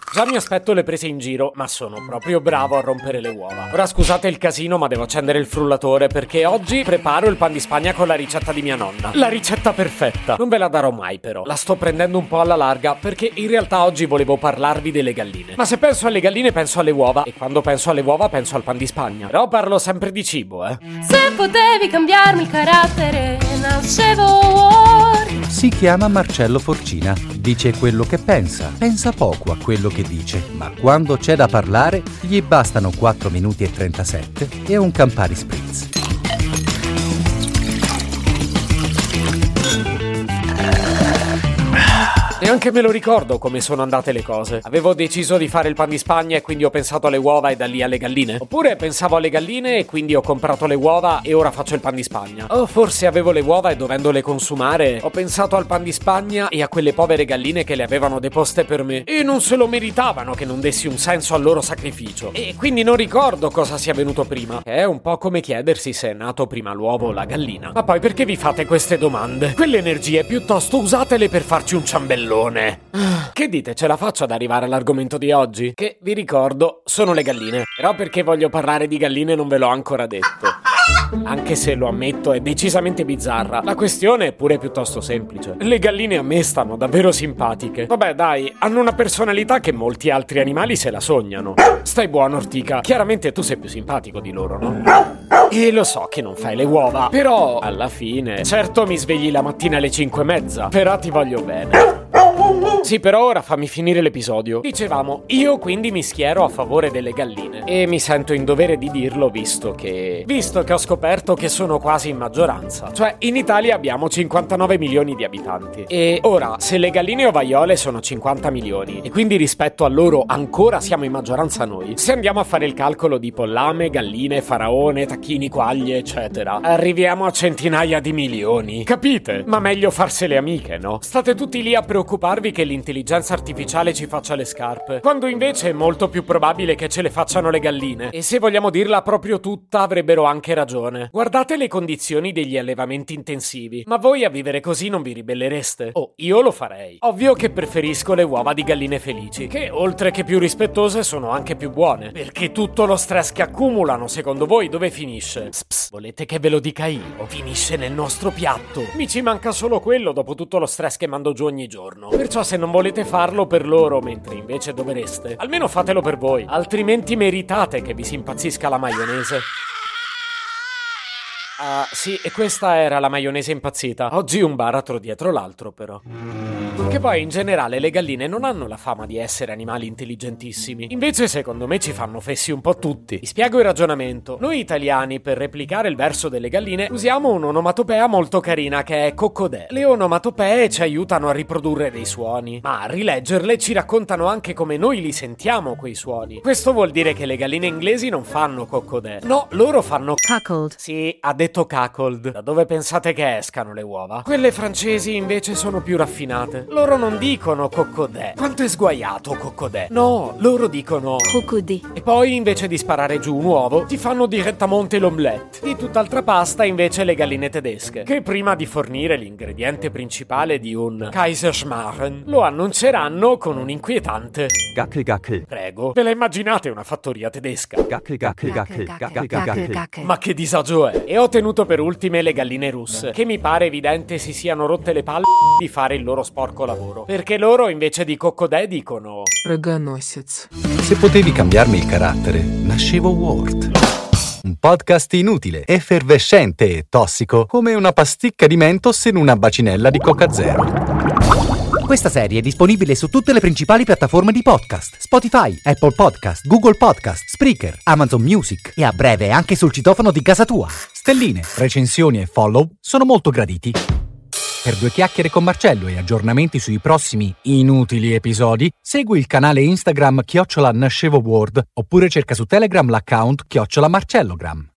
Già mi aspetto le prese in giro, ma sono proprio bravo a rompere le uova. Ora scusate il casino, ma devo accendere il frullatore perché oggi preparo il pan di Spagna con la ricetta di mia nonna. La ricetta perfetta. Non ve la darò mai però. La sto prendendo un po' alla larga perché in realtà oggi volevo parlarvi delle galline. Ma se penso alle galline penso alle uova e quando penso alle uova penso al pan di Spagna. Però parlo sempre di cibo, Se potevi cambiarmi il carattere, nascevo Ward. Si chiama Marcello Forcina, dice quello che pensa poco a quello che dice, ma quando c'è da parlare gli bastano 4 minuti e 37 e un Campari Spritz. Neanche me lo ricordo come sono andate le cose. Avevo deciso di fare il pan di Spagna e quindi ho pensato alle uova e da lì alle galline. Oppure pensavo alle galline e quindi ho comprato le uova e ora faccio il pan di Spagna. O forse avevo le uova e dovendole consumare ho pensato al pan di Spagna e a quelle povere galline che le avevano deposte per me e non se lo meritavano che non dessi un senso al loro sacrificio. E quindi non ricordo cosa sia venuto prima. È un po' come chiedersi se è nato prima l'uovo o la gallina. Ma poi perché vi fate queste domande? Quelle energie piuttosto usatele per farci un ciambellone. Che dite, ce la faccio ad arrivare all'argomento di oggi? Che, vi ricordo, sono le galline. Però perché voglio parlare di galline non ve l'ho ancora detto. Anche se lo ammetto è decisamente bizzarra. La questione è pure piuttosto semplice. Le galline a me stanno davvero simpatiche. Vabbè dai, hanno una personalità che molti altri animali se la sognano. Stai buono Ortica, chiaramente tu sei più simpatico di loro, no? E lo so che non fai le uova, però alla fine certo mi svegli la mattina alle 5:30, però ti voglio bene. Sì, però ora fammi finire l'episodio. Dicevamo, io quindi mi schiero a favore delle galline e mi sento in dovere di dirlo visto che ho scoperto che sono quasi in maggioranza. Cioè, in Italia abbiamo 59 milioni di abitanti e ora, se le galline ovaiole sono 50 milioni e quindi rispetto a loro ancora siamo in maggioranza noi, se andiamo a fare il calcolo di pollame, galline, faraone, tacchini, quaglie, eccetera, arriviamo a centinaia di milioni. Capite? Ma meglio farsele amiche, no? State tutti lì a preoccuparvi che l'intelligenza artificiale ci faccia le scarpe, quando invece è molto più probabile che ce le facciano le galline. E se vogliamo dirla proprio tutta, avrebbero anche ragione. Guardate le condizioni degli allevamenti intensivi. Ma voi a vivere così non vi ribellereste? Oh, io lo farei. Ovvio che preferisco le uova di galline felici, che oltre che più rispettose sono anche più buone. Perché tutto lo stress che accumulano, secondo voi, dove finisce? Psst, volete che ve lo dica io? Finisce nel nostro piatto. Mi ci manca solo quello dopo tutto lo stress che mando giù ogni giorno. Perciò se non volete farlo per loro, mentre invece dovreste, almeno fatelo per voi. Altrimenti meritate che vi si impazzisca la maionese. Sì, e questa era la maionese impazzita. Oggi un baratro dietro l'altro, però. Che poi, in generale, le galline non hanno la fama di essere animali intelligentissimi. Invece, secondo me, ci fanno fessi un po' tutti. Vi spiego il ragionamento. Noi italiani, per replicare il verso delle galline, usiamo un'onomatopea molto carina, che è coccodè. Le onomatopee ci aiutano a riprodurre dei suoni, ma a rileggerle ci raccontano anche come noi li sentiamo quei suoni. Questo vuol dire che le galline inglesi non fanno coccodè. No, loro fanno Cuckold. Sì, ha detto cuckold. Da dove pensate che escano le uova? Quelle francesi invece sono più raffinate. Loro non dicono coccodè. Quanto è sguaiato coccodè? No, loro dicono Crocodile. e poi invece di sparare giù un uovo ti fanno direttamente l'omelette. Di tutt'altra pasta invece le galline tedesche, che prima di fornire l'ingrediente principale di un Kaiserschmarren lo annunceranno con un inquietante Gackel gackel. Prego, ve la immaginate una fattoria tedesca? Gackel gackel gackel. Gackel gackel. Ma che disagio è? E ho tenuto per ultime le galline russe, che mi pare evidente si siano rotte le palle di fare il loro sporco lavoro, perché loro invece di coccodè dicono Рогоносец. Se potevi cambiarmi il carattere, nascevo Ward. Un podcast inutile, effervescente e tossico, come una pasticca di Mentos in una bacinella di Coca Zero. Questa serie è disponibile su tutte le principali piattaforme di podcast: Spotify, Apple Podcast, Google Podcast, Spreaker, Amazon Music e a breve anche sul citofono di casa tua. Stelline, recensioni e follow sono molto graditi. Per 2 chiacchiere con Marcello e aggiornamenti sui prossimi inutili episodi, segui il canale Instagram @NascevoWord oppure cerca su Telegram l'account @Marcellogram.